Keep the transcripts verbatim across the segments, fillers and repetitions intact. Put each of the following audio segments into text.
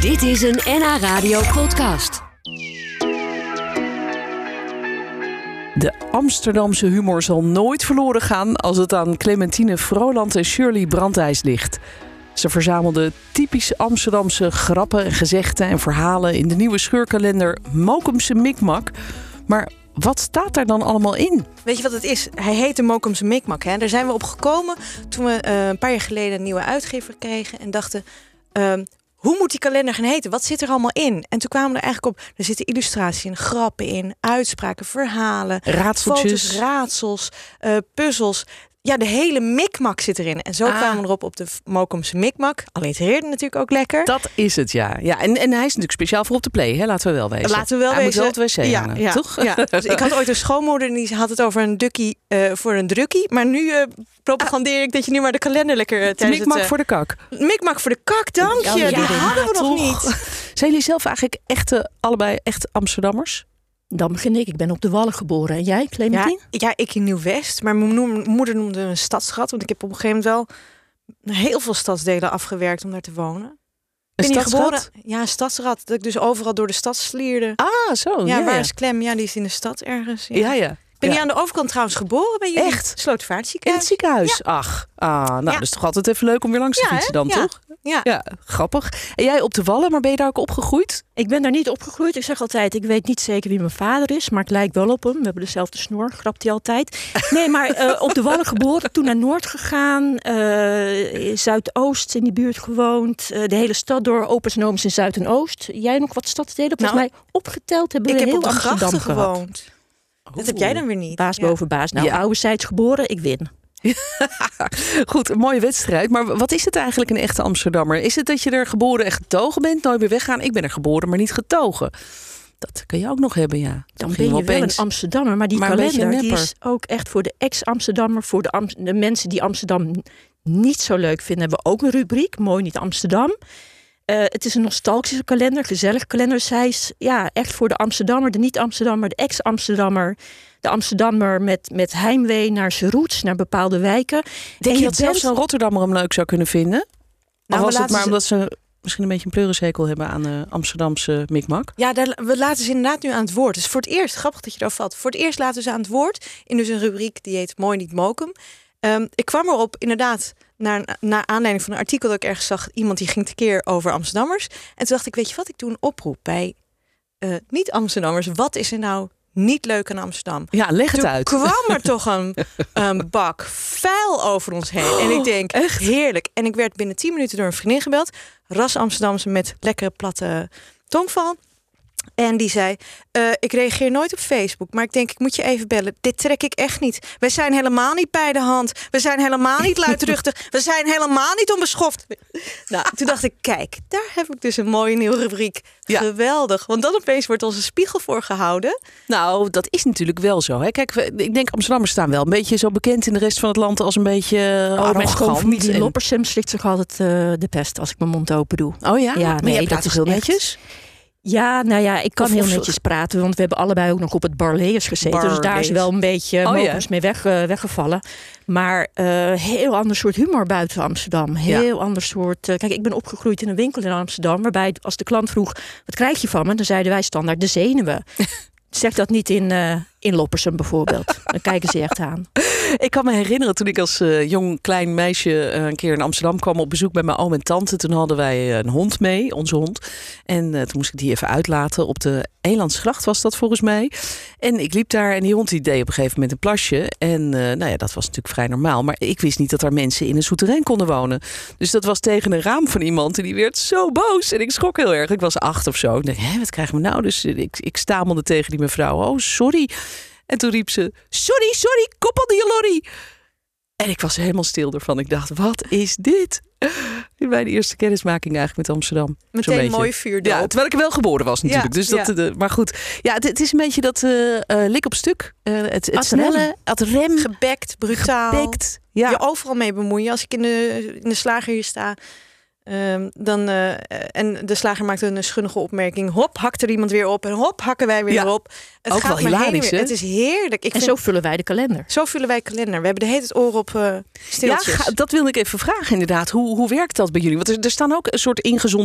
Dit is een N H Radio podcast. De Amsterdamse humor zal nooit verloren gaan als het aan Clementine Vroland en Shirley Brandijs ligt. Ze verzamelden typisch Amsterdamse grappen en gezegden en verhalen in de nieuwe scheurkalender Mokumse Mikmak. Maar wat staat daar dan allemaal in? Weet je wat het is? Hij heet de Mokumse Mikmak. Hè? Daar zijn we op gekomen toen we uh, een paar jaar geleden een nieuwe uitgever kregen en dachten, Uh, hoe moet die kalender gaan heten? Wat zit er allemaal in? En toen kwamen we er eigenlijk op, er zitten illustraties in, grappen in, uitspraken, verhalen, raadseltjes, foto's, raadsels, uh, puzzels. Ja, de hele mikmak zit erin. En zo ah. kwamen we erop op de Mokumse Mikmak. Allitereerde natuurlijk ook lekker. Dat is het, ja. ja en, en hij is natuurlijk speciaal voor op de play, hè? Laten we wel wezen. Laten we wel hij wezen. Moet wel het wc ja, hangen, ja, toch? Ja. Dus ik had ooit een schoonmoeder en die had het over een dukkie uh, voor een drukkie. Maar nu uh, propagandeer ik dat je nu maar de kalender lekker uh, tijdens Mikmak het, uh, voor de kak. Mikmak voor de kak, dank je. Ja, die ja, hadden we nog niet. Zijn jullie zelf eigenlijk echte, allebei echt Amsterdammers? Dan begin ik. Ik ben op de Wallen geboren. En jij, Clementine? Ja, ja, ik in Nieuw-West. Maar mijn moeder noemde een stadsgat. Want ik heb op een gegeven moment wel heel veel stadsdelen afgewerkt om daar te wonen. Een stadsgat? Ja, een stadsrat. Dat ik dus overal door de stad slierde. Ah, zo. Ja, ja waar ja. is Clem? Ja, die is in de stad ergens. Ja, ja. ja. Ik ben ja. hier aan de overkant trouwens geboren. Ben je echt? Slotervaartziekenhuis. In het ziekenhuis? Ja. Ach, ah, nou, ja. dat is toch altijd even leuk om weer langs te ja, fietsen dan, ja. toch? Ja. ja, grappig. En jij op de Wallen, maar ben je daar ook opgegroeid? Ik ben daar niet opgegroeid. Ik zeg altijd, ik weet niet zeker wie mijn vader is, maar het lijkt wel op hem. We hebben dezelfde snor, grapt hij altijd. Nee, maar uh, op de Wallen geboren, toen naar Noord gegaan, uh, Zuidoost in die buurt gewoond, uh, de hele stad door, opa's en ooms in Zuid en Oost. Jij nog wat stadsdelen? Volgens nou, mij opgeteld hebben we ik heel heb op de Amsterdam grachten gehad. gewoond. Oh. Dat heb jij dan weer niet. Baas ja. boven baas. Nou, ja. ouderzijds geboren, ik win. Goed, een mooie wedstrijd. Maar wat is het eigenlijk een echte Amsterdammer? Is het dat je er geboren en getogen bent, nooit meer weggaan? Ik ben er geboren, maar niet getogen. Dat kan je ook nog hebben, ja. Dan ben je wel een Amsterdammer, maar die maar kalender die is ook echt voor de ex-Amsterdammer, voor de, Am- de mensen die Amsterdam niet zo leuk vinden, hebben we ook een rubriek, Mooi Niet Amsterdam. Uh, het is een nostalgische kalender, gezellig kalender. Zij is ja, echt voor de Amsterdammer, de niet-Amsterdammer, de ex-Amsterdammer. De Amsterdammer met, met heimwee naar zijn roots, naar bepaalde wijken. Denk en je dat bent... zelfs een Rotterdammer hem leuk zou kunnen vinden? Nou, of was het maar ze... omdat ze misschien een beetje een pleurishekel hebben aan de Amsterdamse mikmak? Ja, daar, we laten ze inderdaad nu aan het woord. Dus voor het eerst, grappig dat je erover valt. Voor het eerst laten we ze aan het woord in dus een rubriek die heet Mooi Niet Mokum. Um, ik kwam erop inderdaad naar, naar aanleiding van een artikel dat ik ergens zag. Iemand die ging tekeer over Amsterdammers. En toen dacht ik, weet je wat, ik doe een oproep bij uh, niet-Amsterdammers. Wat is er nou niet leuk aan Amsterdam? Ja, leg het toen uit. Toen kwam er toch een, een bak vuil over ons heen. En ik denk, echt heerlijk. En ik werd binnen tien minuten door een vriendin gebeld. Ras Amsterdamse met lekkere platte tongval. En die zei, uh, ik reageer nooit op Facebook, maar ik denk, ik moet je even bellen. Dit trek ik echt niet. We zijn helemaal niet bij de hand. We zijn helemaal niet luidruchtig. We zijn helemaal niet onbeschoft. Nou, toen dacht ik, kijk, daar heb ik dus een mooie nieuwe rubriek. Ja. Geweldig, want dan opeens wordt onze spiegel voor gehouden. Nou, dat is natuurlijk wel zo. Hè? Kijk, ik denk Amsterdammers staan wel een beetje zo bekend in de rest van het land als een beetje oh, arrogant. Mijn schoonfamilie en... Loppersum slikt zich altijd uh, de pest als ik mijn mond open doe. Oh ja? Ja, maar nee, je dat is heel netjes. Ja, nou ja, ik kan of, heel of, netjes praten, want we hebben allebei ook nog op het Barlees gezeten. Barlees. Dus daar is wel een beetje oh, Mokums ja. mee weg, uh, weggevallen. Maar uh, heel ander soort humor buiten Amsterdam. Heel ja. ander soort... Uh, kijk, ik ben opgegroeid in een winkel in Amsterdam, waarbij als de klant vroeg, wat krijg je van me? Dan zeiden wij standaard, de zenuwen. Zeg dat niet in, uh, in Loppersum bijvoorbeeld. Dan kijken ze echt aan. Ik kan me herinneren toen ik als uh, jong klein meisje uh, een keer in Amsterdam kwam op bezoek bij mijn oom en tante. Toen hadden wij een hond mee, onze hond. En uh, toen moest ik die even uitlaten. Op de Elandsgracht was dat volgens mij. En ik liep daar en die hond die deed op een gegeven moment een plasje. En uh, nou ja, dat was natuurlijk vrij normaal. Maar ik wist niet dat er mensen in een souterrain konden wonen. Dus dat was tegen een raam van iemand en die werd zo boos. En ik schrok heel erg. Ik was acht of zo. Ik dacht, hé, wat krijgen we nou? Dus ik, ik stamelde tegen die mevrouw. Oh, sorry. En toen riep ze, sorry, sorry, koppel die lorry. En ik was helemaal stil ervan. Ik dacht, wat is dit? Mijn eerste kennismaking eigenlijk met Amsterdam. Meteen een mooi vuurdoop. Ja, terwijl ik er wel geboren was natuurlijk. Ja, dus dat, ja. de, maar goed, ja, het, het is een beetje dat uh, uh, lik op stuk. Uh, het het snelle, het rem. Gebekt, brutaal. Gebekt, ja. Je overal mee bemoeien. Als ik in de, in de slager hier sta... Um, dan, uh, en de slager maakt een schunnige opmerking. Hop, hakt er iemand weer op. En hop, hakken wij weer ja. op. Het ook gaat wel hilarisch, hè? Het is heerlijk. Ik en vind... zo vullen wij de kalender. Zo vullen wij de kalender. We hebben de hele tijd oren op uh, stiltjes. Ja, ga, dat wilde ik even vragen inderdaad. Hoe, hoe werkt dat bij jullie? Want er, er staan ook een soort ingezonden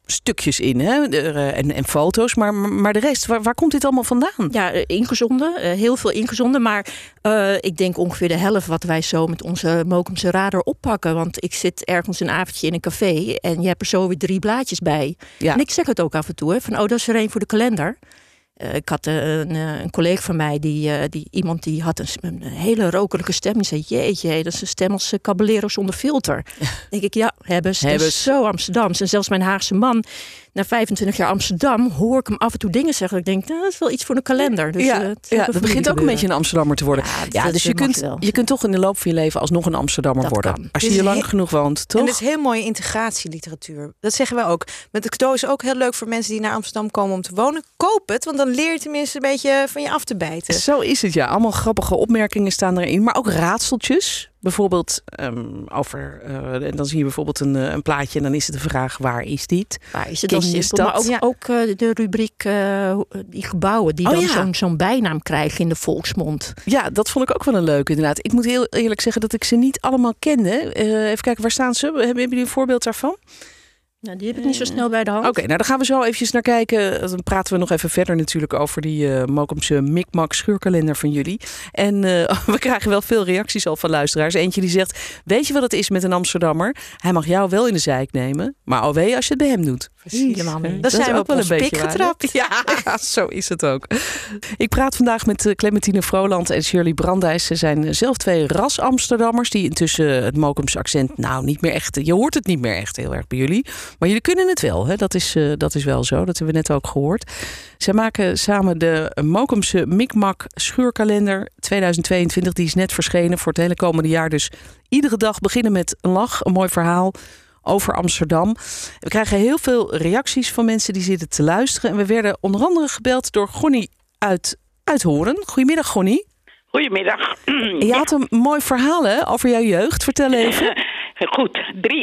stukjes in, hè? En, en foto's. Maar, maar de rest, waar, waar komt dit allemaal vandaan? Ja, ingezonden. Heel veel ingezonden. Maar uh, ik denk ongeveer de helft wat wij zo met onze Mokumse radar oppakken. Want ik zit ergens een avondje in een café en je hebt er zo weer drie blaadjes bij. Ja. En ik zeg het ook af en toe, hè, van oh, dat is er één voor de kalender. Uh, ik had uh, een, uh, een collega van mij, die, uh, die, iemand die had een, een hele rokerlijke stem. Die zei, jeetje, dat is een stem als uh, Caballero zonder filter. Dan denk ik, ja, Hebbes, dat is zo Amsterdams. En zelfs mijn Haagse man, na vijfentwintig jaar Amsterdam, hoor ik hem af en toe dingen zeggen. Ik denk, nou, dat is wel iets voor een kalender. Dus, ja, uh, ja dat begint ook een beetje een Amsterdammer te worden. Ja, ja, dus je kunt, je kunt toch in de loop van je leven alsnog een Amsterdammer dat worden. Kan. Als je hier lang heel, genoeg woont, toch? En dat is heel mooie integratieliteratuur. Dat zeggen wij ook. Met de cadeau is ook heel leuk voor mensen die naar Amsterdam komen om te wonen. Koop het, want dan leer je tenminste een beetje van je af te bijten. Zo is het, ja. Allemaal grappige opmerkingen staan erin. Maar ook raadseltjes. Bijvoorbeeld um, over, uh, en dan zie je bijvoorbeeld een, een plaatje en dan is het de vraag, waar is dit? Waar is het? Ken je stad? Maar ook, ja. ook uh, de rubriek, uh, die gebouwen die oh, dan ja. zo'n, zo'n bijnaam krijgen in de volksmond. Ja, dat vond ik ook wel een leuke inderdaad. Ik moet heel eerlijk zeggen dat ik ze niet allemaal kende. Uh, even kijken, waar staan ze? Hebben jullie een voorbeeld daarvan? Nou, die heb ik niet zo snel bij de hand. Oké, okay, nou dan gaan we zo eventjes naar kijken. Dan praten we nog even verder natuurlijk over die uh, Mokumse Mikmak scheurkalender van jullie. En uh, we krijgen wel veel reacties al van luisteraars. Eentje die zegt, weet je wat het is met een Amsterdammer? Hij mag jou wel in de zeik nemen, maar oh wee als je het bij hem doet. Helemaal niet. Dat zijn we ook wel een beetje getrapt. Ja, ja, zo is het ook. Ik praat vandaag met Clementine Vroland en Shirley Brandijs. Ze zijn zelf twee ras-Amsterdammers die intussen het Mokumse accent, nou niet meer echt, je hoort het niet meer echt heel erg bij jullie. Maar jullie kunnen het wel, hè? Dat is, uh, dat is wel zo. Dat hebben we net ook gehoord. Zij maken samen de Mokumse Mikmak scheurkalender tweeduizend tweeëntwintig. Die is net verschenen voor het hele komende jaar. Dus iedere dag beginnen met een lach, een mooi verhaal over Amsterdam. We krijgen heel veel reacties van mensen die zitten te luisteren. En we werden onder andere gebeld door Gonnie uit Uithoren. Goedemiddag, Gonnie. Goedemiddag. Je ja. had een mooi verhaal hè, over jouw jeugd. Vertel even. Goed,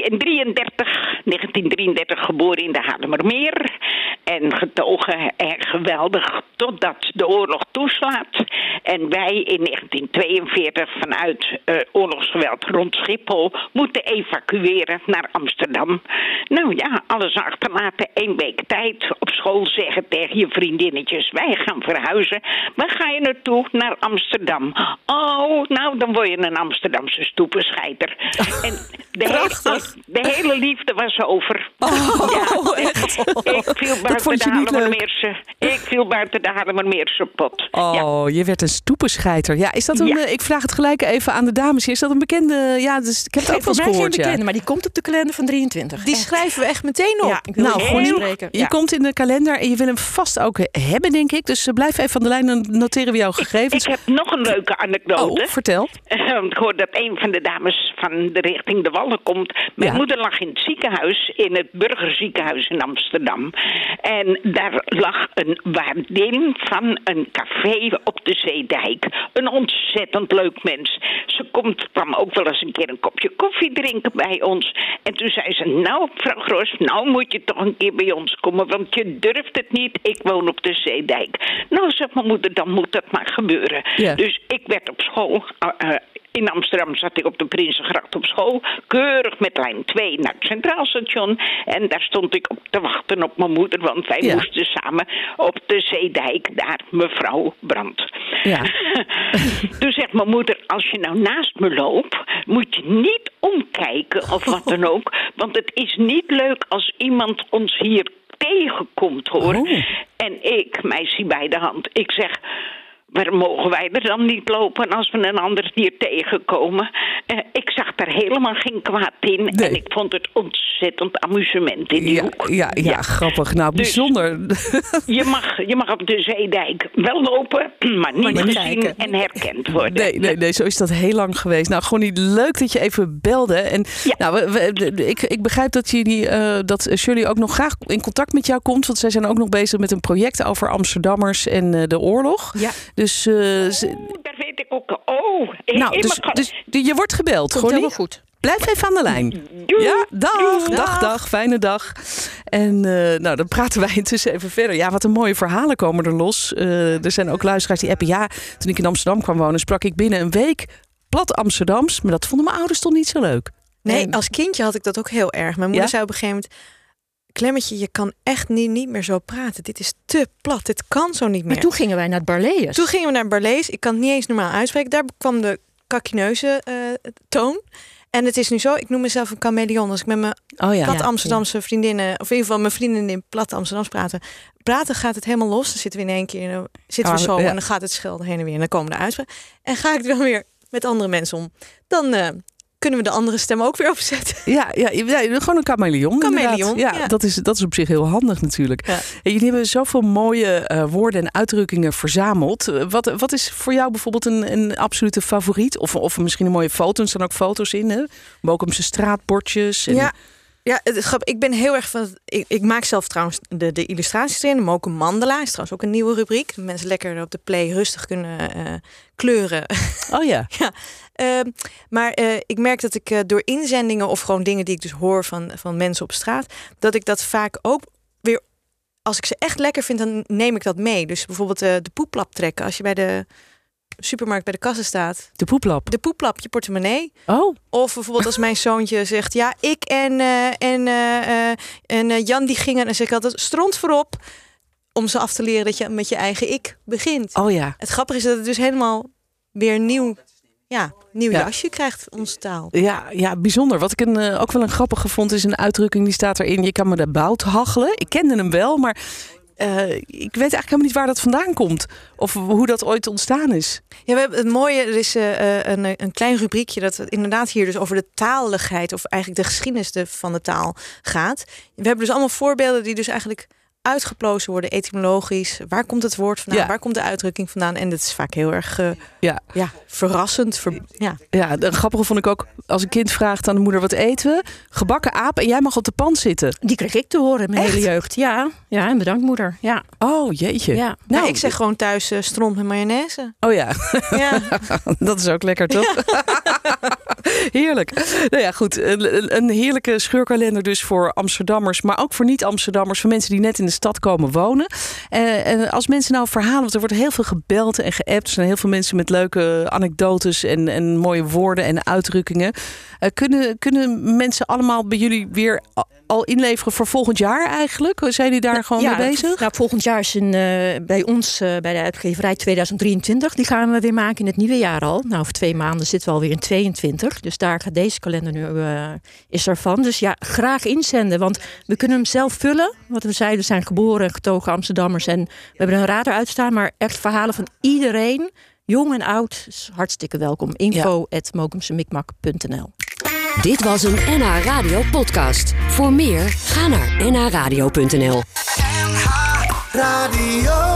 negentien drieëndertig geboren in de Haarlemmermeer. En getogen en geweldig totdat de oorlog toeslaat. En wij in negentien tweeënveertig vanuit uh, oorlogsgeweld rond Schiphol moeten evacueren naar Amsterdam. Nou ja, alles achterlaten, één week tijd. Op school zeggen tegen je vriendinnetjes, wij gaan verhuizen. Waar ga je naartoe? Naar Amsterdam. Oh, nou dan word je een Amsterdamse stoepenscheiter. En de hele, de hele liefde was over. Oh, ja, echt? Ik viel buiten de Haarlemmermeerse. Ik viel buiten de Haarlemmermeerse pot. Oh, ja. Je werd een stoepenscheiter. Ja, is dat een? Ja. Ik vraag het gelijk even aan de dames hier. Is dat een bekende? Ja, dus ik heb het ook wel eens gehoord. Geen bekende, ja. maar die komt op de kalender van drieëntwintig. Die echt. Schrijven we echt meteen op. Ja, ik wil nou, gewoon spreken. Je ja. komt in de kalender en je wil hem vast ook hebben, denk ik. Dus blijf even aan de lijn en noteren we jouw gegevens. Ik, ik heb nog een leuke anekdote. Oh, vertel. Uh, ik hoor dat een van de dames van de richting de Wallen komt. Mijn ja. moeder lag in het ziekenhuis, in het Burgerziekenhuis in Amsterdam. En daar lag een waardin van een café op de Zeedijk. Een ontzettend leuk mens. Ze komt, kwam ook wel eens een keer een kopje koffie drinken bij ons. En toen zei ze, nou mevrouw Gros, nou moet je toch een keer bij ons komen, want je durft het niet. Ik woon op de Zeedijk. Nou, zegt mijn moeder, dan moet dat maar gebeuren. Ja. Dus ik werd op school... Uh, In Amsterdam zat ik op de Prinsengracht op school. Keurig met lijn twee naar het Centraal Station. En daar stond ik op te wachten op mijn moeder. Want wij ja. moesten samen op de Zeedijk daar mevrouw Brandt. Ja. Toen zegt mijn moeder, als je nou naast me loopt, moet je niet omkijken of wat dan ook. Want het is niet leuk als iemand ons hier tegenkomt, hoor. Oh. En ik, meisje bij de hand, ik zeg... Waar mogen wij er dan niet lopen als we een ander dier tegenkomen? Uh, ik zag daar helemaal geen kwaad in. Nee. En ik vond het ontzettend amusement in die ja, hoek. Ja, ja, ja, grappig. Nou, dus bijzonder. Je mag, je mag op de Zeedijk wel lopen, maar niet maar gezien kijken. En herkend worden. Nee, nee, nee, zo is dat heel lang geweest. Nou, gewoon niet leuk dat je even belde. En ja. nou, we, we, ik, ik begrijp dat, jullie, uh, dat Shirley ook nog graag in contact met jou komt. Want zij zijn ook nog bezig met een project over Amsterdammers en uh, de oorlog. Ja. Dus, uh, ze... oh, daar weet ik ook. Oh, nou, dus, dus je wordt gebeld. Komt helemaal goed. Blijf even aan de lijn. Doei. Ja, dag, Doei. dag, dag. Fijne dag. En uh, nou, dan praten wij intussen even verder. Ja, wat een mooie verhalen komen er los. Uh, er zijn ook luisteraars die appen. Ja, toen ik in Amsterdam kwam wonen, sprak ik binnen een week plat Amsterdams. Maar dat vonden mijn ouders toch niet zo leuk. Nee, en... als kindje had ik dat ook heel erg. Mijn moeder ja? zei op een gegeven moment... Clemmetje, je kan echt niet, niet meer zo praten. Dit is te plat. Dit kan zo niet meer. Maar toen gingen wij naar het Barlees. Toen gingen we naar het Barlees. Ik kan het niet eens normaal uitspreken. Daar kwam de kakkineuze uh, toon. En het is nu zo, ik noem mezelf een chameleon. Als ik met mijn oh ja, plat Amsterdamse ja. vriendinnen... of in ieder geval mijn vriendinnen in plat Amsterdams praten... praten gaat het helemaal los. Dan zitten we in één keer... Dan zitten we zo ja. en dan gaat het schelden heen en weer. En dan komen de uitspraken. En ga ik dan weer met andere mensen om. Dan... Uh, kunnen we de andere stem ook weer opzetten. Ja, ja, ja gewoon een chameleon. Chameleon, ja, ja. Dat, is, dat is op zich heel handig natuurlijk. Ja. En jullie hebben zoveel mooie uh, woorden en uitdrukkingen verzameld. Wat, wat is voor jou bijvoorbeeld een, een absolute favoriet? Of, of misschien een mooie foto. Er staan ook foto's in, hè? Mokumse straatbordjes. En... Ja. Ja, het grap, ik ben heel erg van. Ik, ik maak zelf trouwens de, de illustraties erin. De Mokum Mandala is trouwens ook een nieuwe rubriek. Dat mensen lekker op de play rustig kunnen uh, kleuren. Oh ja. ja. Uh, maar uh, ik merk dat ik uh, door inzendingen of gewoon dingen die ik dus hoor van, van mensen op straat, dat ik dat vaak ook weer, als ik ze echt lekker vind, dan neem ik dat mee. Dus bijvoorbeeld uh, de poeplap trekken. Als je bij de supermarkt bij de kassen staat. De poeplap? De poeplap, je portemonnee. Oh. Of bijvoorbeeld als mijn zoontje zegt, ja, ik en, uh, en, uh, uh, en uh, Jan die gingen. En dan zeg ik altijd, stront voorop. Om ze af te leren dat je met je eigen ik begint. Oh ja. Het grappige is dat het dus helemaal weer nieuw, ja, nieuw ja. jasje krijgt, onze taal. Ja, ja, bijzonder. Wat ik een, uh, ook wel een grappige vond, is een uitdrukking die staat erin. Je kan me de bout hachelen. Ik kende hem wel, maar... Uh, ik weet eigenlijk helemaal niet waar dat vandaan komt. Of hoe dat ooit ontstaan is. Ja, we hebben het mooie, er is uh, een, een klein rubriekje dat inderdaad hier dus over de taligheid of eigenlijk de geschiedenis van de taal gaat. We hebben dus allemaal voorbeelden die dus eigenlijk uitgeplozen worden, etymologisch. Waar komt het woord vandaan? Ja. Waar komt de uitdrukking vandaan? En dat is vaak heel erg uh, ja. Ja, verrassend. Ver, ja. ja, de grappige vond ik ook, als een kind vraagt aan de moeder wat eten we? Gebakken aap en jij mag op de pan zitten. Die kreeg ik te horen in mijn Echt? hele jeugd. Ja, ja, en bedankt moeder. Ja. Oh, jeetje. Ja. Nou, ik zeg gewoon thuis uh, stront met mayonaise. Oh ja. ja. Dat is ook lekker, toch? Ja. Heerlijk. Nou ja, goed. Een, een heerlijke scheurkalender dus voor Amsterdammers, maar ook voor niet-Amsterdammers, voor mensen die net in de stad komen wonen. Uh, en als mensen nou verhalen, want er wordt heel veel gebeld en geappt. Er zijn heel veel mensen met leuke anekdotes en, en mooie woorden en uitdrukkingen. Uh, kunnen, kunnen mensen allemaal bij jullie weer al inleveren voor volgend jaar eigenlijk? Zijn jullie daar gewoon ja, mee bezig? Nou, volgend jaar is een, uh, bij ons, uh, bij de uitgeverij tweeduizend drieëntwintig. Die gaan we weer maken in het nieuwe jaar al. Nou, over twee maanden zitten we alweer in tweeëntwintig. Dus daar gaat deze kalender nu, uh, is ervan. Dus ja, graag inzenden. Want we kunnen hem zelf vullen. Wat we zeiden, zijn geboren en getogen Amsterdammers. En we hebben een radar uitstaan. Maar echt verhalen van iedereen, jong en oud, is hartstikke welkom. info at mokumsemikmak punt n l. Dit was een N H Radio podcast. Voor meer, ga naar n h radio punt n l. N H Radio.